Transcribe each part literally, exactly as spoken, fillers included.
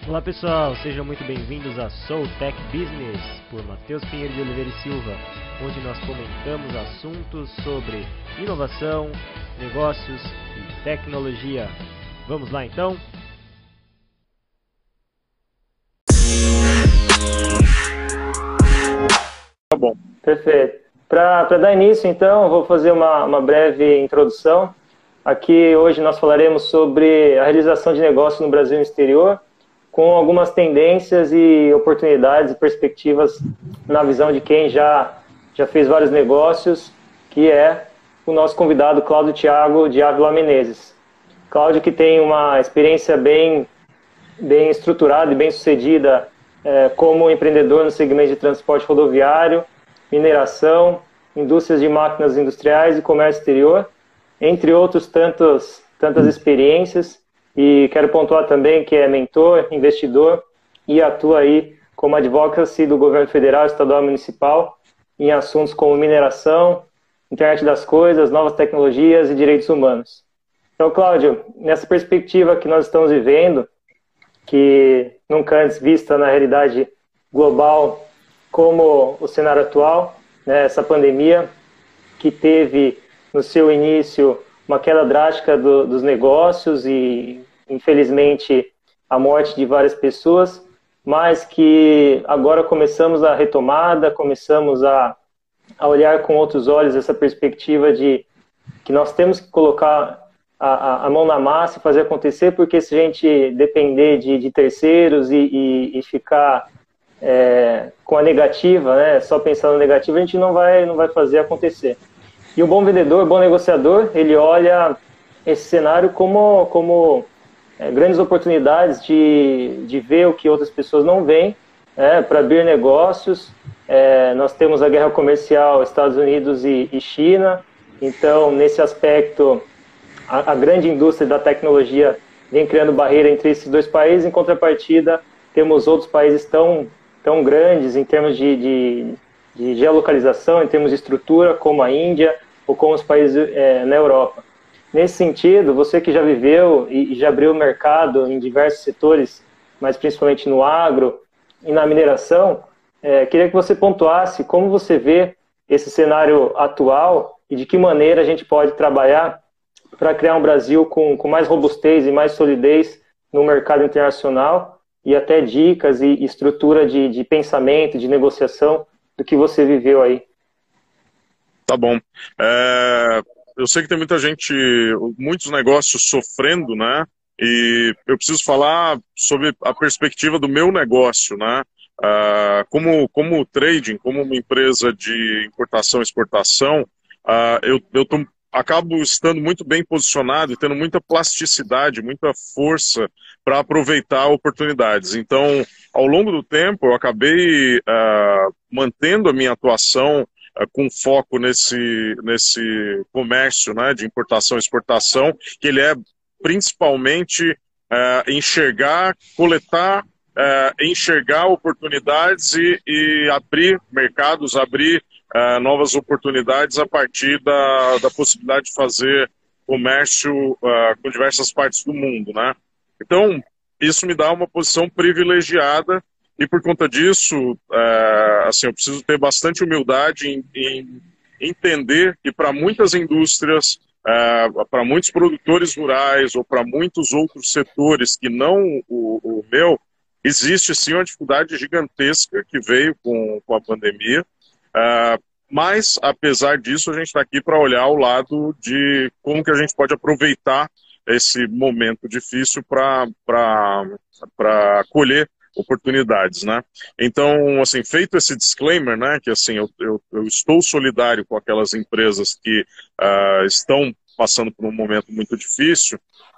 Olá pessoal, sejam muito bem-vindos a Soul Tech Business por Matheus Pinheiro de Oliveira e Silva, onde nós comentamos assuntos sobre inovação, negócios e tecnologia. Vamos lá então? Tá bom, perfeito. Para dar início então, eu vou fazer uma, uma breve introdução. Aqui hoje nós falaremos sobre a realização de negócios no Brasil e no exterior, com algumas tendências e oportunidades e perspectivas na visão de quem já, já fez vários negócios, que é o nosso convidado Cláudio Thiago de Ávila Menezes. Cláudio, que tem uma experiência bem, bem estruturada e bem sucedida é, como empreendedor no segmento de transporte rodoviário, mineração, indústrias de máquinas industriais e comércio exterior, entre outros tantos, tantas experiências. E quero pontuar também que é mentor, investidor e atua aí como advocacy do governo federal, estadual e municipal em assuntos como mineração, internet das coisas, novas tecnologias e direitos humanos. Então, Cláudio, nessa perspectiva que nós estamos vivendo, que nunca antes vista na realidade global como o cenário atual, né, essa pandemia que teve no seu início uma queda drástica do, dos negócios e, infelizmente, a morte de várias pessoas, mas que agora começamos a retomada, começamos a, a olhar com outros olhos essa perspectiva de que nós temos que colocar a, a, a mão na massa e fazer acontecer, porque se a gente depender de, de terceiros e, e, e ficar é, com a negativa, né, só pensando na negativa, a gente não vai, não vai fazer acontecer. E um bom vendedor, um bom negociador, ele olha esse cenário como, como é, grandes oportunidades de, de ver o que outras pessoas não veem, é, para abrir negócios. É, nós temos a guerra comercial Estados Unidos e, e China, então, nesse aspecto, a, a grande indústria da tecnologia vem criando barreira entre esses dois países. Em contrapartida, temos outros países tão, tão grandes em termos de, de de geolocalização, em termos de estrutura, como a Índia ou como os países é, na Europa. Nesse sentido, você que já viveu e, e já abriu o mercado em diversos setores, mas principalmente no agro e na mineração, é, queria que você pontuasse como você vê esse cenário atual e de que maneira a gente pode trabalhar para criar um Brasil com, com mais robustez e mais solidez no mercado internacional e até dicas e estrutura de, de pensamento, de negociação do que você viveu aí. Tá bom. É, eu sei que tem muita gente, muitos negócios sofrendo, né? E eu preciso falar sobre a perspectiva do meu negócio, né? Uh, como, como trading, como uma empresa de importação e exportação, uh, eu, eu tô, acabo estando muito bem posicionado e tendo muita plasticidade, muita força para aproveitar oportunidades. Então, ao longo do tempo, eu acabei uh, mantendo a minha atuação uh, com foco nesse, nesse comércio, né, de importação e exportação, que ele é principalmente uh, enxergar, coletar, uh, enxergar oportunidades e, e abrir mercados, abrir uh, novas oportunidades a partir da, da possibilidade de fazer comércio uh, com diversas partes do mundo, né? Então, isso me dá uma posição privilegiada e, por conta disso, é, assim, eu preciso ter bastante humildade em, em entender que, para muitas indústrias, é, para muitos produtores rurais ou para muitos outros setores que não o, o meu, existe, sim, uma dificuldade gigantesca que veio com, com a pandemia. É, mas, apesar disso, a gente está aqui para olhar o lado de como que a gente pode aproveitar esse momento difícil para colher oportunidades, né? Então, assim, feito esse disclaimer, né, que assim, eu, eu, eu estou solidário com aquelas empresas que uh, estão passando por um momento muito difícil,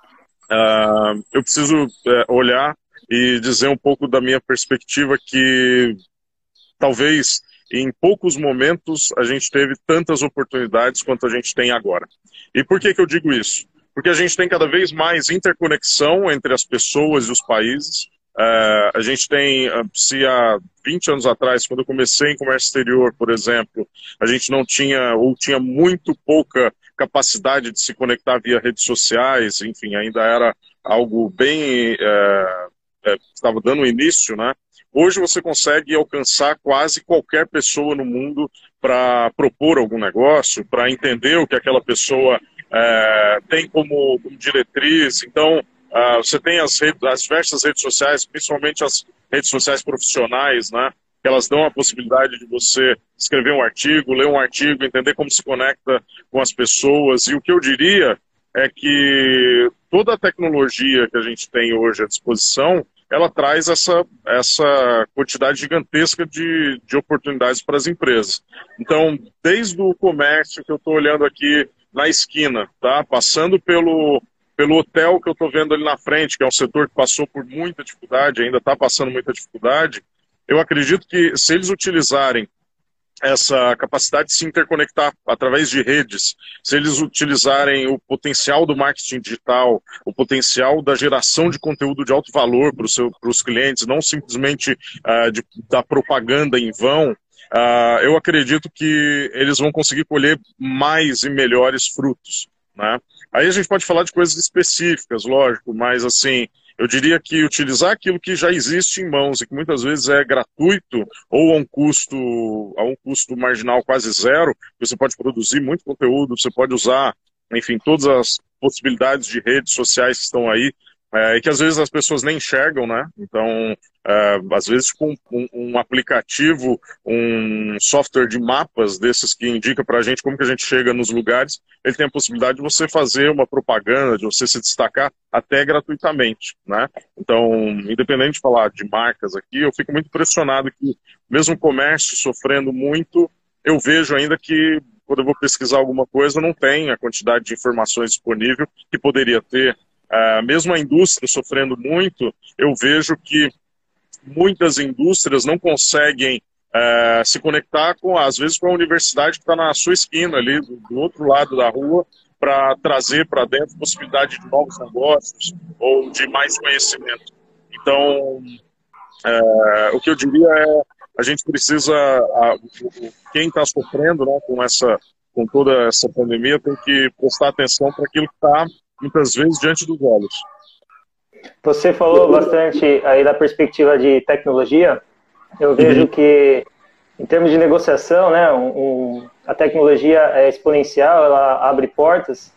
uh, eu preciso uh, olhar e dizer um pouco da minha perspectiva que talvez em poucos momentos a gente teve tantas oportunidades quanto a gente tem agora. E por que que eu digo isso? Porque a gente tem cada vez mais interconexão entre as pessoas e os países. Uh, a gente tem, se há vinte anos atrás, quando eu comecei em comércio exterior, por exemplo, a gente não tinha, ou tinha muito pouca capacidade de se conectar via redes sociais, enfim, ainda era algo bem uh, é, estava dando início, né? Hoje você consegue alcançar quase qualquer pessoa no mundo para propor algum negócio, para entender o que aquela pessoa é, tem como, como diretriz. Então, uh, você tem as, redes, as diversas redes sociais, principalmente as redes sociais profissionais, né? Que elas dão a possibilidade de você escrever um artigo, ler um artigo, entender como se conecta com as pessoas. E o que eu diria é que toda a tecnologia que a gente tem hoje à disposição, ela traz essa, essa quantidade gigantesca de, de oportunidades para as empresas. Então, desde o comércio que eu estou olhando aqui na esquina, tá? Passando pelo, pelo hotel que eu estou vendo ali na frente, que é um setor que passou por muita dificuldade, ainda está passando muita dificuldade, eu acredito que se eles utilizarem essa capacidade de se interconectar através de redes, se eles utilizarem o potencial do marketing digital, o potencial da geração de conteúdo de alto valor para os clientes, não simplesmente uh, de, da propaganda em vão, uh, eu acredito que eles vão conseguir colher mais e melhores frutos, né? Aí a gente pode falar de coisas específicas, lógico, mas assim, eu diria que utilizar aquilo que já existe em mãos e que muitas vezes é gratuito ou a um custo, a um custo marginal quase zero, você pode produzir muito conteúdo, você pode usar, enfim, todas as possibilidades de redes sociais que estão aí, é, e que às vezes as pessoas nem enxergam, né? Então, é, às vezes com um, um aplicativo, um software de mapas desses que indica para a gente como que a gente chega nos lugares, ele tem a possibilidade de você fazer uma propaganda, de você se destacar até gratuitamente, né? Então, independente de falar de marcas aqui, eu fico muito impressionado que mesmo o comércio sofrendo muito, eu vejo ainda que quando eu vou pesquisar alguma coisa, não tem a quantidade de informações disponível que poderia ter. Uh, mesmo a indústria sofrendo muito, eu vejo que muitas indústrias não conseguem uh, se conectar, com, às vezes, com a universidade que está na sua esquina, ali do, do outro lado da rua, para trazer para dentro possibilidade de novos negócios ou de mais conhecimento. Então, uh, o que eu diria é a gente precisa, a, quem está sofrendo, né, com, essa, com toda essa pandemia, tem que prestar atenção para aquilo que está muitas vezes diante dos olhos. Você falou bastante aí da perspectiva de tecnologia. Eu vejo uhum. que, em termos de negociação, né, um, um, a tecnologia é exponencial, ela abre portas,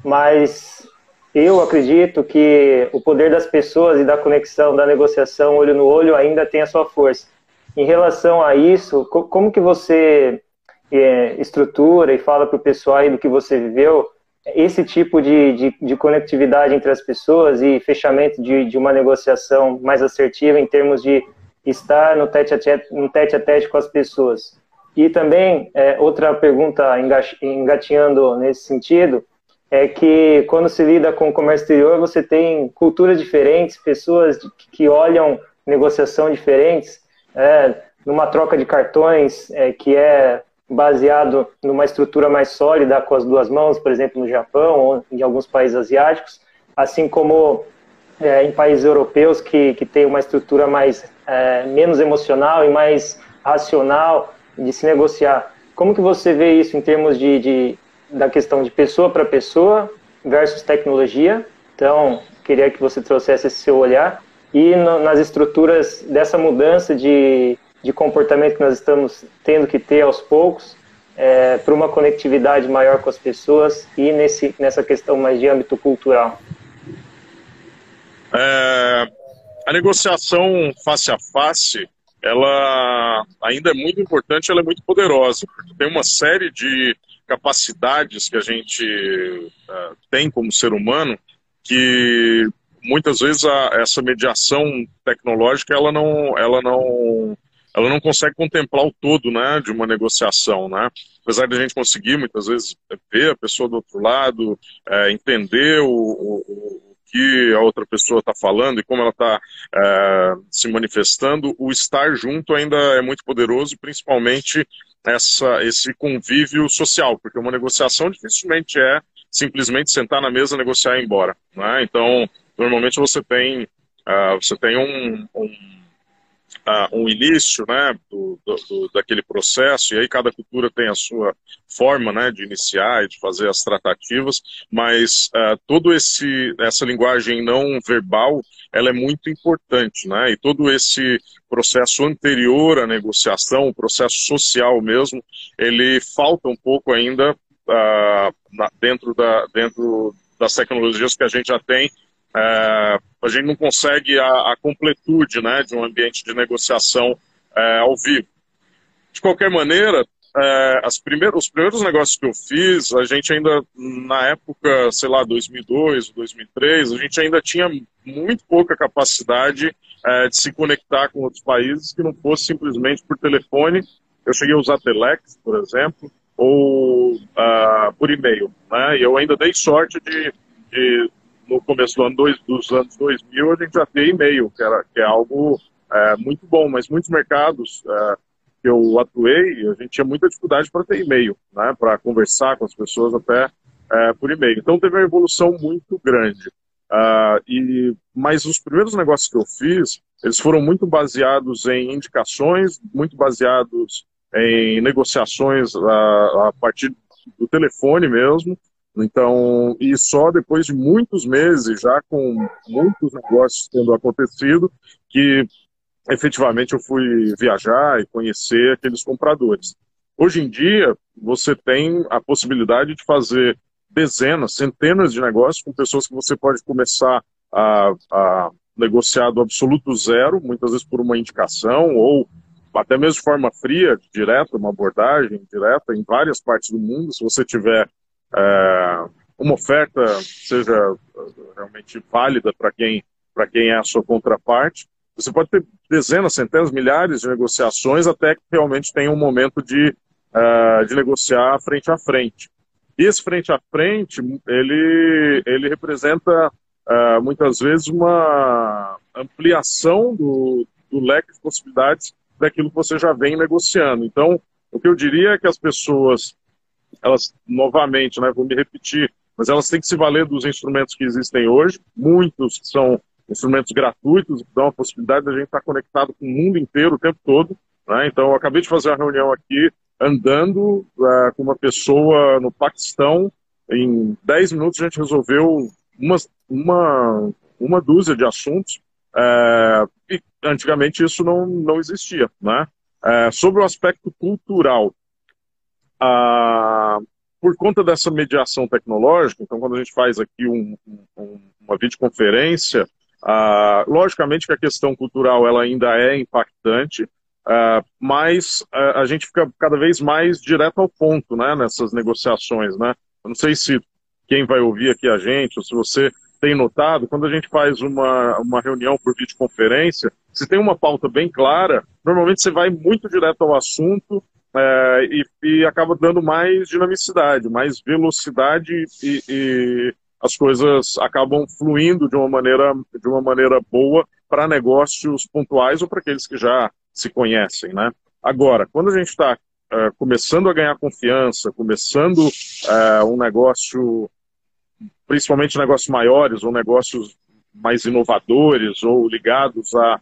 mas eu acredito que o poder das pessoas e da conexão, da negociação olho no olho ainda tem a sua força. Em relação a isso, como que você é, estrutura e fala para o pessoal aí do que você viveu, esse tipo de, de, de conectividade entre as pessoas e fechamento de, de uma negociação mais assertiva em termos de estar no tete-a-tete, no tete-a-tete com as pessoas? E também, é, outra pergunta engatinhando nesse sentido, é que quando se lida com o comércio exterior, você tem culturas diferentes, pessoas que olham negociação diferentes, é, numa troca de cartões é, que é baseado numa estrutura mais sólida com as duas mãos, por exemplo, no Japão ou em alguns países asiáticos, assim como é, em países europeus que, que tem uma estrutura mais, é, menos emocional e mais racional de se negociar. Como que você vê isso em termos de, de, da questão de pessoa para pessoa versus tecnologia? Então, queria que você trouxesse esse seu olhar. E no, nas estruturas dessa mudança de de comportamento que nós estamos tendo que ter aos poucos, é, para uma conectividade maior com as pessoas e nesse, nessa questão mais de âmbito cultural. É, a negociação face a face, ela ainda é muito importante, ela é muito poderosa, porque tem uma série de capacidades que a gente uh, tem como ser humano que muitas vezes a, essa mediação tecnológica ela não, ela não ela não consegue contemplar o todo, né, de uma negociação, né? Apesar de a gente conseguir, muitas vezes, ver a pessoa do outro lado, é, entender o, o, o que a outra pessoa está falando e como ela está é, se manifestando, o estar junto ainda é muito poderoso, principalmente essa, esse convívio social, porque uma negociação dificilmente é simplesmente sentar na mesa, negociar e ir embora, né? Então, normalmente você tem, uh, você tem um... um uh, um início, né, do, do, do, daquele processo, e aí cada cultura tem a sua forma, né, de iniciar e de fazer as tratativas, mas uh, todo esse essa linguagem não verbal, ela é muito importante, né, e todo esse processo anterior à negociação, o processo social mesmo, ele falta um pouco ainda uh, na, dentro da dentro das tecnologias que a gente já tem. É, a gente não consegue a, a completude, né, de um ambiente de negociação é, ao vivo. De qualquer maneira, é, as primeiras, os primeiros negócios que eu fiz, a gente ainda, na época, sei lá, dois mil e dois, dois mil e três, a gente ainda tinha muito pouca capacidade é, de se conectar com outros países que não fosse simplesmente por telefone. Eu cheguei a usar Telex, por exemplo, ou uh, por e-mail, né, e eu ainda dei sorte de... de no começo do ano dois, dos anos dois mil, a gente já tem e-mail, que, era, que é algo é, muito bom, mas muitos mercados é, que eu atuei, a gente tinha muita dificuldade para ter e-mail, né, para conversar com as pessoas até é, por e-mail. Então teve uma evolução muito grande. Uh, e, mas os primeiros negócios que eu fiz, eles foram muito baseados em indicações, muito baseados em negociações a, a partir do telefone mesmo. Então, e só depois de muitos meses, já com muitos negócios tendo acontecido, que efetivamente eu fui viajar e conhecer aqueles compradores. Hoje em dia, você tem a possibilidade de fazer dezenas, centenas de negócios com pessoas que você pode começar a, a negociar do absoluto zero, muitas vezes por uma indicação, ou até mesmo de forma fria, direta, uma abordagem direta em várias partes do mundo, se você tiver É, uma oferta seja realmente válida para quem, para quem é a sua contraparte. Você pode ter dezenas, centenas, milhares de negociações até que realmente tenha um momento de, uh, de negociar frente a frente. E esse frente a frente, ele, ele representa uh, muitas vezes uma ampliação do, do leque de possibilidades daquilo que você já vem negociando. Então, o que eu diria é que as pessoas, elas, novamente, né, vou me repetir, mas elas têm que se valer dos instrumentos que existem hoje, muitos são instrumentos gratuitos, que dão a possibilidade de a gente estar conectado com o mundo inteiro o tempo todo, né? Então, eu acabei de fazer uma reunião aqui, andando uh, com uma pessoa no Paquistão, em dez minutos a gente resolveu uma, uma, uma dúzia de assuntos, uh, e antigamente isso não, não existia, né? Uh, sobre o aspecto cultural, Uh, por conta dessa mediação tecnológica, então quando a gente faz aqui um, um, uma videoconferência, uh, logicamente que a questão cultural ela ainda é impactante, uh, mas uh, a gente fica cada vez mais direto ao ponto, né, nessas negociações, né? Eu não sei se quem vai ouvir aqui a gente, ou se você tem notado, quando a gente faz uma, uma reunião por videoconferência, se tem uma pauta bem clara, normalmente você vai muito direto ao assunto, É, e, e acaba dando mais dinamicidade, mais velocidade e, e as coisas acabam fluindo de uma maneira, de uma maneira boa para negócios pontuais ou para aqueles que já se conhecem, né? Agora, quando a gente está é, começando a ganhar confiança, começando é, um negócio, principalmente negócios maiores ou negócios mais inovadores ou ligados a,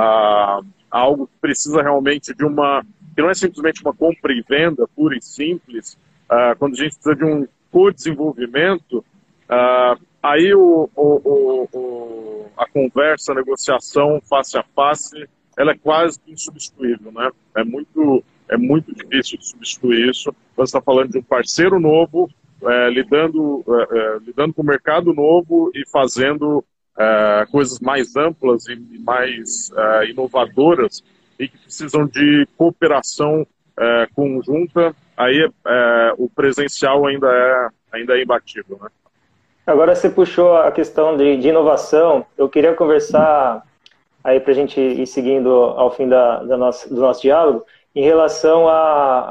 a, a algo que precisa realmente de uma... que não é simplesmente uma compra e venda pura e simples, uh, quando a gente precisa de um co-desenvolvimento, uh, aí o, o, o, o, a conversa, a negociação face a face, ela é quase insubstituível, né? É muito, é muito difícil de substituir isso. Você está falando de um parceiro novo, é, lidando, é, lidando com o mercado novo e fazendo é, coisas mais amplas e mais é, inovadoras, e que precisam de cooperação é, conjunta, aí é, o presencial ainda é, ainda é imbatível, né? Agora você puxou a questão de, de inovação, eu queria conversar aí para a gente ir seguindo ao fim da, da nossa, do nosso diálogo, em relação a,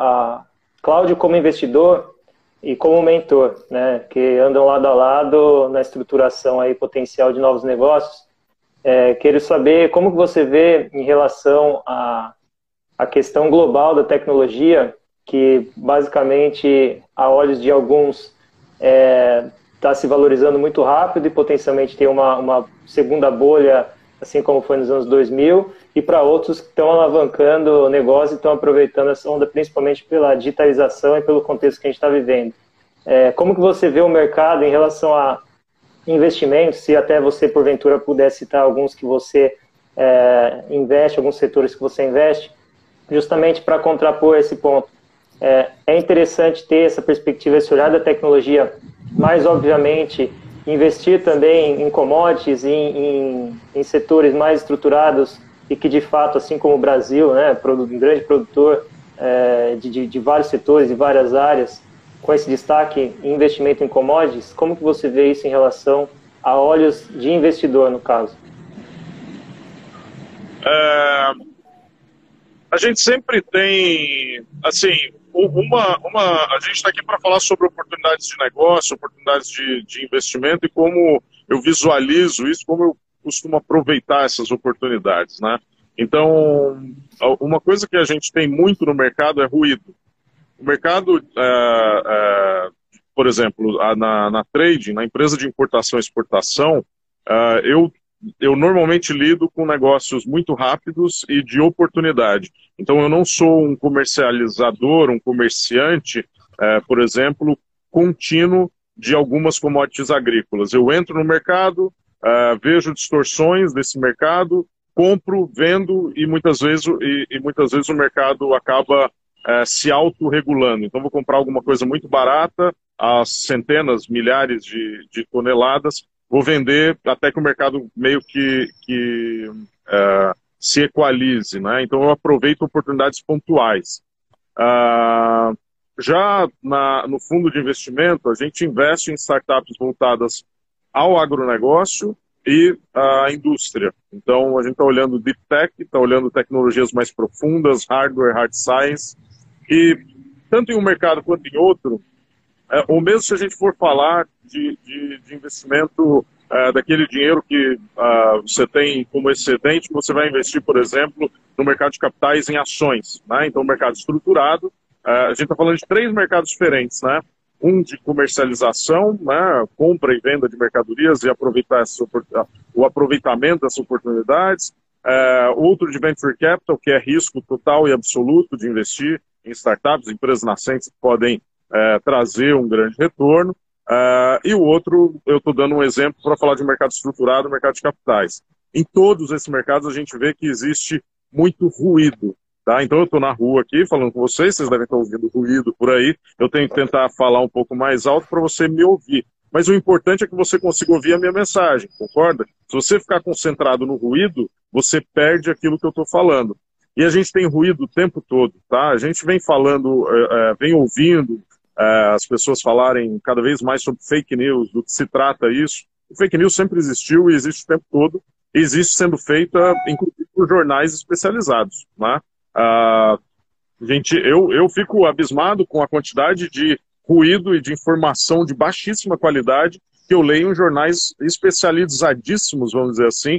a Cláudio como investidor e como mentor, né, que andam lado a lado na estruturação aí potencial de novos negócios. É, quero saber como que você vê em relação à, à questão global da tecnologia, que basicamente, a olhos de alguns, está é, se valorizando muito rápido e potencialmente tem uma, uma segunda bolha assim como foi nos anos dois mil, e para outros que estão alavancando o negócio e estão aproveitando essa onda, principalmente pela digitalização e pelo contexto que a gente está vivendo. É, como que você vê o mercado em relação a investimentos, se até você, porventura, pudesse citar alguns que você é, investe, alguns setores que você investe, justamente para contrapor esse ponto. É, é interessante ter essa perspectiva, esse olhar da tecnologia, mas, obviamente, investir também em commodities, em, em, em setores mais estruturados e que, de fato, assim como o Brasil, né, um grande produtor é, de, de, de vários setores e várias áreas, com esse destaque em investimento em commodities, como que você vê isso em relação a olhos de investidor, no caso? É, a gente sempre tem, assim, uma, uma a gente está aqui para falar sobre oportunidades de negócio, oportunidades de, de investimento e como eu visualizo isso, como eu costumo aproveitar essas oportunidades, né? Então, uma coisa que a gente tem muito no mercado é ruído. O mercado, é, é, por exemplo, na, na trading, na empresa de importação e exportação, é, eu, eu normalmente lido com negócios muito rápidos e de oportunidade. Então eu não sou um comercializador, um comerciante, é, por exemplo, contínuo de algumas commodities agrícolas. Eu entro no mercado, é, vejo distorções desse mercado, compro, vendo e muitas vezes, e, e muitas vezes o mercado acaba É, se autorregulando. Então vou comprar alguma coisa muito barata, a centenas, milhares de, de toneladas, vou vender até que o mercado meio que, que é, se equalize, né? Então eu aproveito oportunidades pontuais. Ah, já na, no fundo de investimento, a gente investe em startups voltadas ao agronegócio e à indústria. Então a gente está olhando deep tech, está olhando tecnologias mais profundas, hardware, hard science. E tanto em um mercado quanto em outro, é, ou mesmo se a gente for falar de, de, de investimento é, daquele dinheiro que uh, você tem como excedente, você vai investir, por exemplo, no mercado de capitais em ações, né? Então, mercado estruturado, uh, a gente está falando de três mercados diferentes, né? Um de comercialização, né? Compra e venda de mercadorias e aproveitar essa, o aproveitamento dessas oportunidades. Uh, outro de venture capital, que é risco total e absoluto de investir em startups, empresas nascentes que podem é, trazer um grande retorno. Uh, e o outro, eu estou dando um exemplo para falar de mercado estruturado, mercado de capitais. Em todos esses mercados a gente vê que existe muito ruído. Tá? Então eu estou na rua aqui falando com vocês, vocês devem estar ouvindo ruído por aí, eu tenho que tentar falar um pouco mais alto para você me ouvir. Mas o importante é que você consiga ouvir a minha mensagem, concorda? Se você ficar concentrado no ruído, você perde aquilo que eu estou falando. E a gente tem ruído o tempo todo, tá? A gente vem falando, é, vem ouvindo é, as pessoas falarem cada vez mais sobre fake news, do que se trata isso. O fake news sempre existiu e existe o tempo todo, e existe sendo feita, inclusive, por jornais especializados, né? Ah, gente, eu, eu fico abismado com a quantidade de ruído e de informação de baixíssima qualidade que eu leio em jornais especializadíssimos, vamos dizer assim,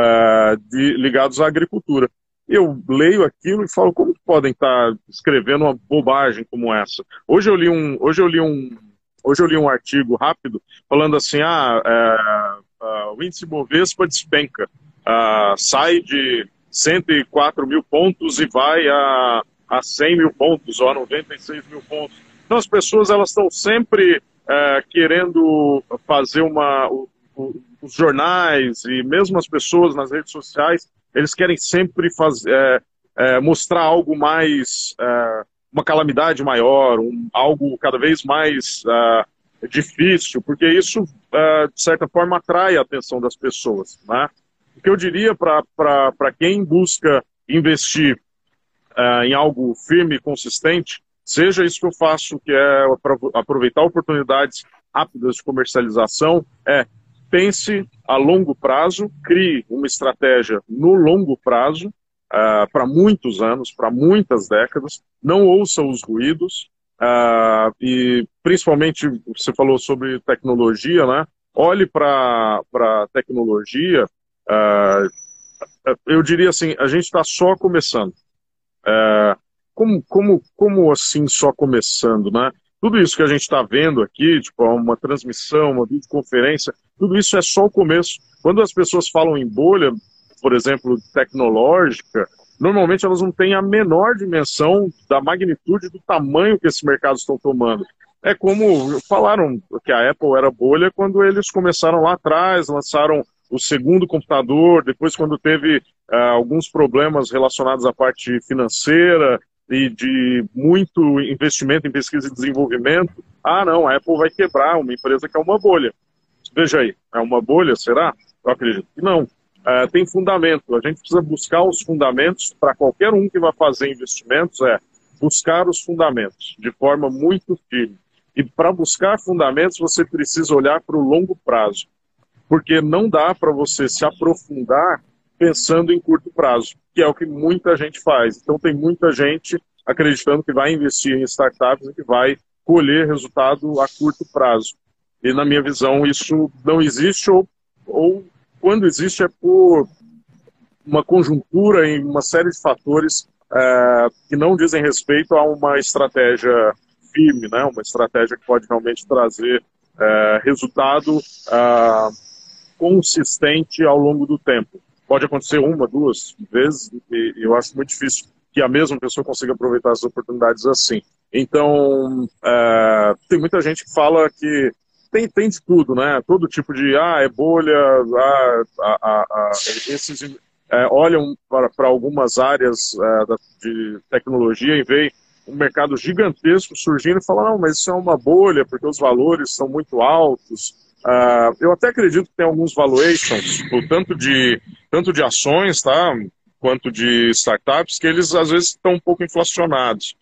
é, de, ligados à agricultura. Eu leio aquilo e falo, como podem estar escrevendo uma bobagem como essa? Hoje eu li um, hoje eu li um, hoje eu li um artigo rápido falando assim, ah, é, é, o índice Bovespa despenca, é, sai de cento e quatro mil pontos e vai a, a cem mil pontos, ou a noventa e seis mil pontos. Então as pessoas elas estão sempre é, querendo fazer uma... O, o, os jornais e mesmo as pessoas nas redes sociais, eles querem sempre fazer, é, é, mostrar algo mais, é, uma calamidade maior, um, algo cada vez mais é, difícil, porque isso, é, de certa forma, atrai a atenção das pessoas, né? O que eu diria para quem busca investir é, em algo firme e consistente, seja isso que eu faço, que é aproveitar oportunidades rápidas de comercialização, é pense a longo prazo, crie uma estratégia no longo prazo, uh, para muitos anos, para muitas décadas, não ouça os ruídos, uh, e principalmente, você falou sobre tecnologia, né? Olhe para a tecnologia, uh, eu diria assim, a gente está só começando. Uh, como, como, como assim só começando, né? Tudo isso que a gente está vendo aqui, tipo uma transmissão, uma videoconferência, tudo isso é só o começo. Quando as pessoas falam em bolha, por exemplo, tecnológica, normalmente elas não têm a menor dimensão da magnitude do tamanho que esses mercados estão tomando. É como falaram que a Apple era bolha quando eles começaram lá atrás, lançaram o segundo computador, depois quando teve uh, alguns problemas relacionados à parte financeira e de muito investimento em pesquisa e desenvolvimento. Ah, não, a Apple vai quebrar, uma empresa que é uma bolha. Veja aí, é uma bolha, será? Eu acredito que não. Uh, tem fundamento, a gente precisa buscar os fundamentos para qualquer um que vai fazer investimentos, é buscar os fundamentos de forma muito firme. E para buscar fundamentos, você precisa olhar para o longo prazo, porque não dá para você se aprofundar pensando em curto prazo, que é o que muita gente faz. Então tem muita gente acreditando que vai investir em startups e que vai colher resultado a curto prazo. E na minha visão isso não existe, ou, ou quando existe é por uma conjuntura em uma série de fatores é, que não dizem respeito a uma estratégia firme, né? Uma estratégia que pode realmente trazer é, resultado é, consistente ao longo do tempo. Pode acontecer uma, duas vezes, e eu acho muito difícil que a mesma pessoa consiga aproveitar as oportunidades assim. Então, é, tem muita gente que fala que tem, tem de tudo, né? Todo tipo de, ah, é bolha, ah, ah, ah, ah, esses é, olham para algumas áreas é, da, de tecnologia e veem um mercado gigantesco surgindo e falam, não, mas isso é uma bolha, porque os valores são muito altos. Uh, eu até acredito que tem alguns valuations, tanto de, tanto de ações, tá, quanto de startups, que eles às vezes estão um pouco inflacionados.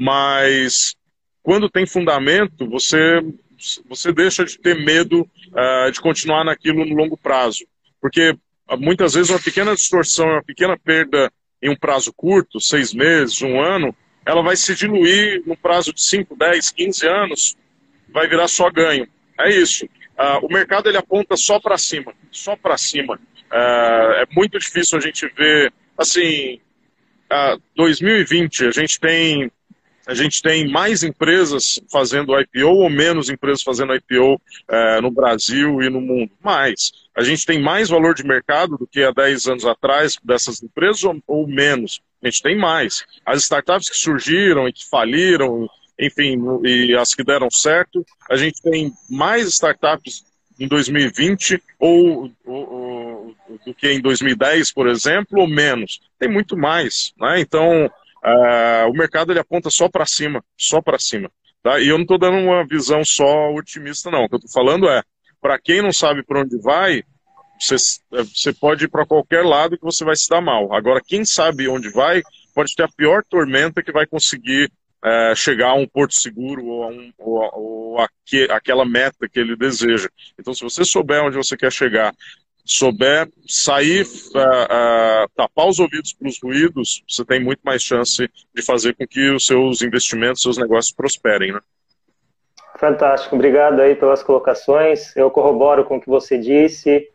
Mas quando tem fundamento, você, você deixa de ter medo uh, de continuar naquilo no longo prazo. Porque muitas vezes uma pequena distorção, uma pequena perda em um prazo curto, seis meses, um ano, ela vai se diluir no prazo de cinco, dez, quinze anos, vai virar só ganho. É isso. Uh, o mercado ele aponta só para cima, só para cima. Uh, é muito difícil a gente ver, assim, uh, dois mil e vinte, a gente tem, a gente tem mais empresas fazendo I P O ou menos empresas fazendo I P O uh, no Brasil e no mundo? Mais. A gente tem mais valor de mercado do que há dez anos atrás dessas empresas ou, ou menos? A gente tem mais. As startups que surgiram e que faliram, enfim, e as que deram certo, a gente tem mais startups em dois mil e vinte ou, ou, ou, do que em dois mil e dez, por exemplo, ou menos. Tem muito mais, né? Então, uh, o mercado ele aponta só para cima, só para cima. Tá? E eu não estou dando uma visão só otimista, não. O que eu estou falando é, para quem não sabe para onde vai, você, você pode ir para qualquer lado que você vai se dar mal. Agora, quem sabe onde vai, pode ter a pior tormenta que vai conseguir É, chegar a um porto seguro ou, a um, ou, a, ou a que, aquela meta que ele deseja. Então, se você souber onde você quer chegar, souber sair, uh, uh, tapar os ouvidos para os ruídos, você tem muito mais chance de fazer com que os seus investimentos, seus negócios prosperem, né? Fantástico, obrigado aí pelas colocações. Eu corroboro com o que você disse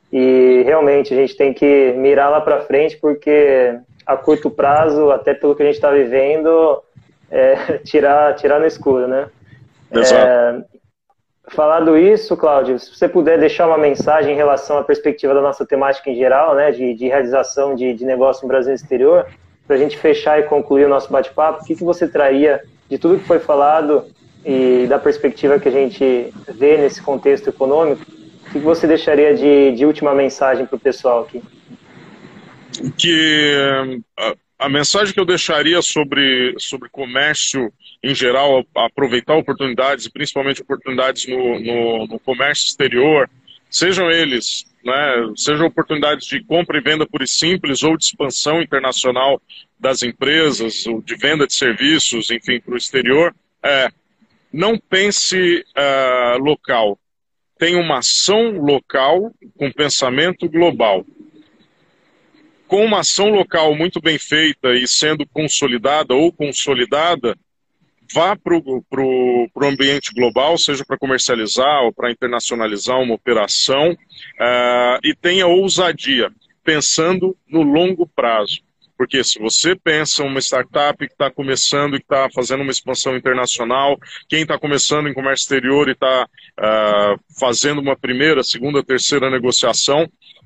e realmente a gente tem que mirar lá para frente, porque a curto prazo, até pelo que a gente está vivendo, É, tirar, tirar no escuro, né? É, falado isso, Cláudio, se você puder deixar uma mensagem em relação à perspectiva da nossa temática em geral, né, de, de realização de, de negócio no Brasil e no exterior, para a gente fechar e concluir o nosso bate-papo, o que, que você traria de tudo que foi falado e da perspectiva que a gente vê nesse contexto econômico, o que, que você deixaria de, de última mensagem para o pessoal aqui? Que... Uh... A mensagem que eu deixaria sobre, sobre comércio em geral, aproveitar oportunidades, principalmente oportunidades no, no, no comércio exterior, sejam eles, né, sejam oportunidades de compra e venda pura e simples ou de expansão internacional das empresas, ou de venda de serviços, enfim, para o exterior, é, não pense uh, local. Tenha uma ação local com pensamento global. Com uma ação local muito bem feita e sendo consolidada ou consolidada, vá para o ambiente global, seja para comercializar ou para internacionalizar uma operação, uh, e tenha ousadia, pensando no longo prazo. Porque se você pensa uma startup que está começando e que está fazendo uma expansão internacional, quem está começando em comércio exterior e está uh, fazendo uma primeira, segunda, terceira negociação,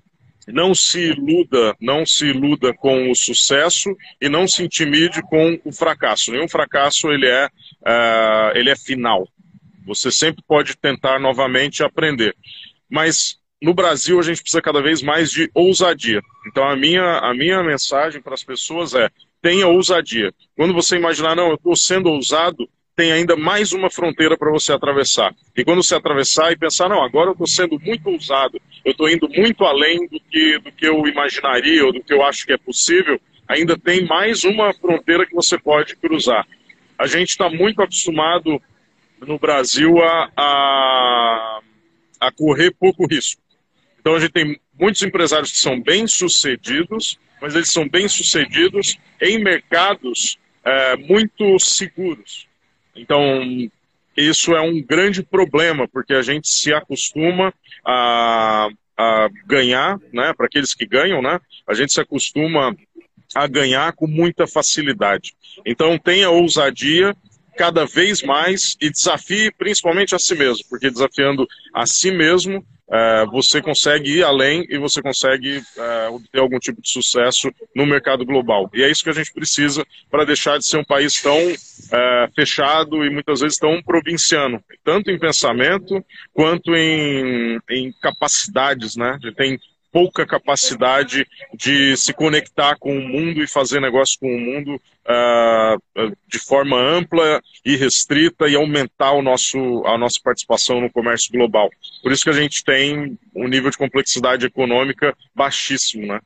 não se iluda, não se iluda com o sucesso e não se intimide com o fracasso. Nenhum fracasso ele é, uh, ele é final. Você sempre pode tentar novamente aprender. Mas no Brasil a gente precisa cada vez mais de ousadia. Então a minha, a minha mensagem para as pessoas é: tenha ousadia. Quando você imaginar, não, eu estou sendo ousado, tem ainda mais uma fronteira para você atravessar. E quando você atravessar e pensar, não, agora eu estou sendo muito ousado, eu estou indo muito além do que, do que eu imaginaria ou do que eu acho que é possível, ainda tem mais uma fronteira que você pode cruzar. A gente está muito acostumado no Brasil a, a, a correr pouco risco. Então a gente tem muitos empresários que são bem-sucedidos, mas eles são bem-sucedidos em mercados é, muito seguros. Então, isso é um grande problema, porque a gente se acostuma a, a ganhar, né, para aqueles que ganham, né, a gente se acostuma a ganhar com muita facilidade. Então, tenha ousadia cada vez mais e desafie principalmente a si mesmo, porque desafiando a si mesmo, é, você consegue ir além e você consegue é, obter algum tipo de sucesso no mercado global. E é isso que a gente precisa para deixar de ser um país tão é, fechado e muitas vezes tão provinciano, tanto em pensamento quanto em, em capacidades, né? A gente tem pouca capacidade de se conectar com o mundo e fazer negócio com o mundo uh, de forma ampla e restrita e aumentar o nosso, a nossa participação no comércio global. Por isso que a gente tem um nível de complexidade econômica baixíssimo, né?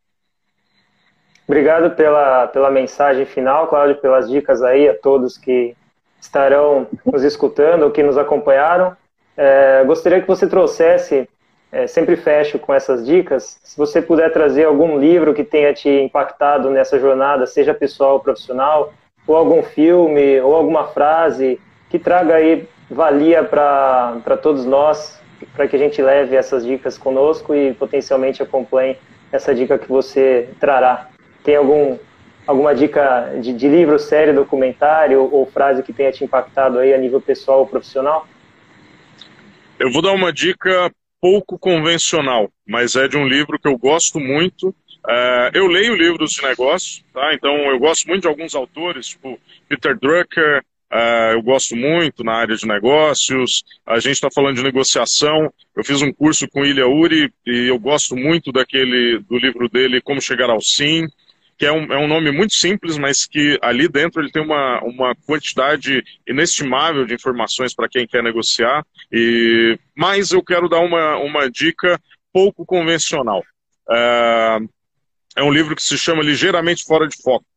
Obrigado pela, pela mensagem final, Cláudio, pelas dicas aí a todos que estarão nos escutando ou que nos acompanharam. É, gostaria que você trouxesse, É, sempre fecho com essas dicas, se você puder trazer algum livro que tenha te impactado nessa jornada, seja pessoal ou profissional, ou algum filme, ou alguma frase que traga aí valia para todos nós, para que a gente leve essas dicas conosco e potencialmente acompanhe essa dica que você trará. Tem algum, alguma dica de, de livro, série, documentário ou, ou frase que tenha te impactado aí a nível pessoal ou profissional? Eu vou dar uma dica pouco convencional, mas é de um livro que eu gosto muito. Uh, eu leio livros de negócio, tá? Então eu gosto muito de alguns autores, tipo Peter Drucker, uh, eu gosto muito na área de negócios. A gente está falando de negociação. Eu fiz um curso com Ilya Uri e eu gosto muito daquele, do livro dele, Como Chegar ao Sim, que é um, é um nome muito simples, mas que ali dentro ele tem uma, uma quantidade inestimável de informações para quem quer negociar. E, mas eu quero dar uma, uma dica pouco convencional. É, é um livro que se chama Ligeiramente Fora de Foco.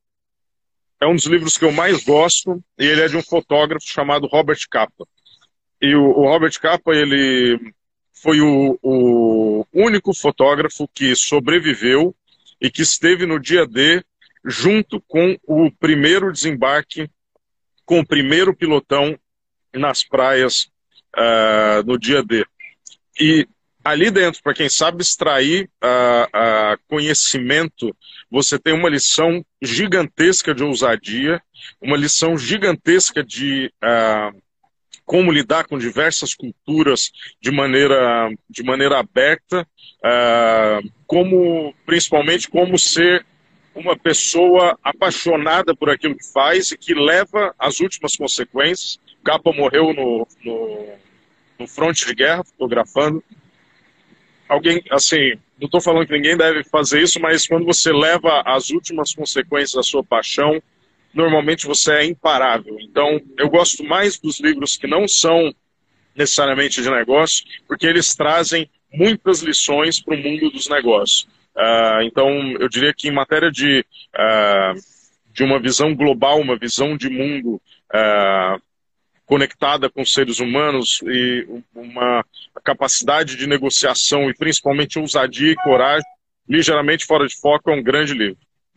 É um dos livros que eu mais gosto e ele é de um fotógrafo chamado Robert Capa. E o, o Robert Capa, ele foi o, o único fotógrafo que sobreviveu e que esteve no dia D junto com o primeiro desembarque, com o primeiro pilotão nas praias uh, no dia D. E ali dentro, para quem sabe extrair uh, uh, conhecimento, você tem uma lição gigantesca de ousadia, uma lição gigantesca de uh, como lidar com diversas culturas de maneira, de maneira aberta, uh, como, principalmente como ser uma pessoa apaixonada por aquilo que faz e que leva às últimas consequências. O Capa morreu no, no, no fronte de guerra, fotografando. Alguém, assim, não estou falando que ninguém deve fazer isso, mas quando você leva às últimas consequências a sua paixão, normalmente você é imparável. Então, eu gosto mais dos livros que não são necessariamente de negócio, porque eles trazem muitas lições para o mundo dos negócios. Uh, então, eu diria que em matéria de, uh, de uma visão global, uma visão de mundo uh, conectada com seres humanos e uma capacidade de negociação e principalmente ousadia e coragem, Ligeiramente Fora de Foco é um grande livro.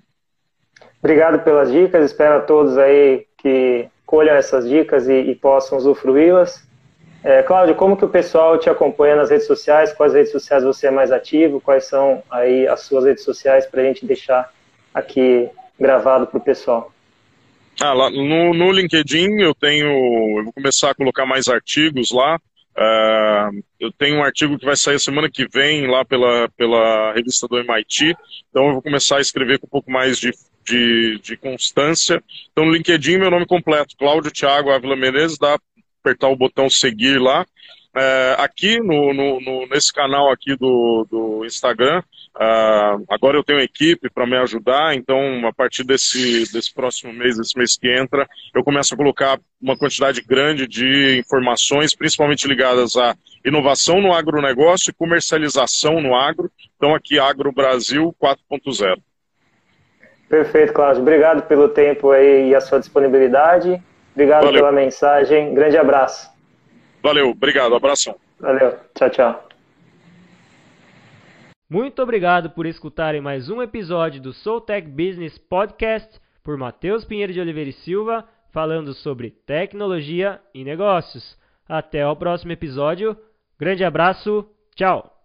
Obrigado pelas dicas, espero a todos aí que colham essas dicas e, e possam usufruí-las. É, Cláudio, como que o pessoal te acompanha nas redes sociais? Quais redes sociais você é mais ativo? Quais são aí as suas redes sociais para a gente deixar aqui gravado para o pessoal? Ah, lá no, no LinkedIn eu tenho, eu vou começar a colocar mais artigos lá. Uh, eu tenho um artigo que vai sair semana que vem lá pela, pela revista do M I T, então eu vou começar a escrever com um pouco mais de, de, de constância. Então no LinkedIn, meu nome completo, Cláudio Thiago Ávila Menezes, dá para apertar o botão seguir lá. Uh, aqui no, no, no, nesse canal aqui do, do Instagram, uh, agora eu tenho uma equipe para me ajudar, então a partir desse, desse próximo mês, desse mês que entra, eu começo a colocar uma quantidade grande de informações, principalmente ligadas à inovação no agronegócio e comercialização no agro. Então aqui Agro Brasil quatro ponto zero. Perfeito, Cláudio. Obrigado pelo tempo aí e a sua disponibilidade. Obrigado Valeu. Pela mensagem. Grande abraço. Valeu, obrigado, abração. Valeu, tchau, tchau. Muito obrigado por escutarem mais um episódio do Soultech Business Podcast por Matheus Pinheiro de Oliveira e Silva, falando sobre tecnologia e negócios. Até o próximo episódio. Grande abraço, tchau.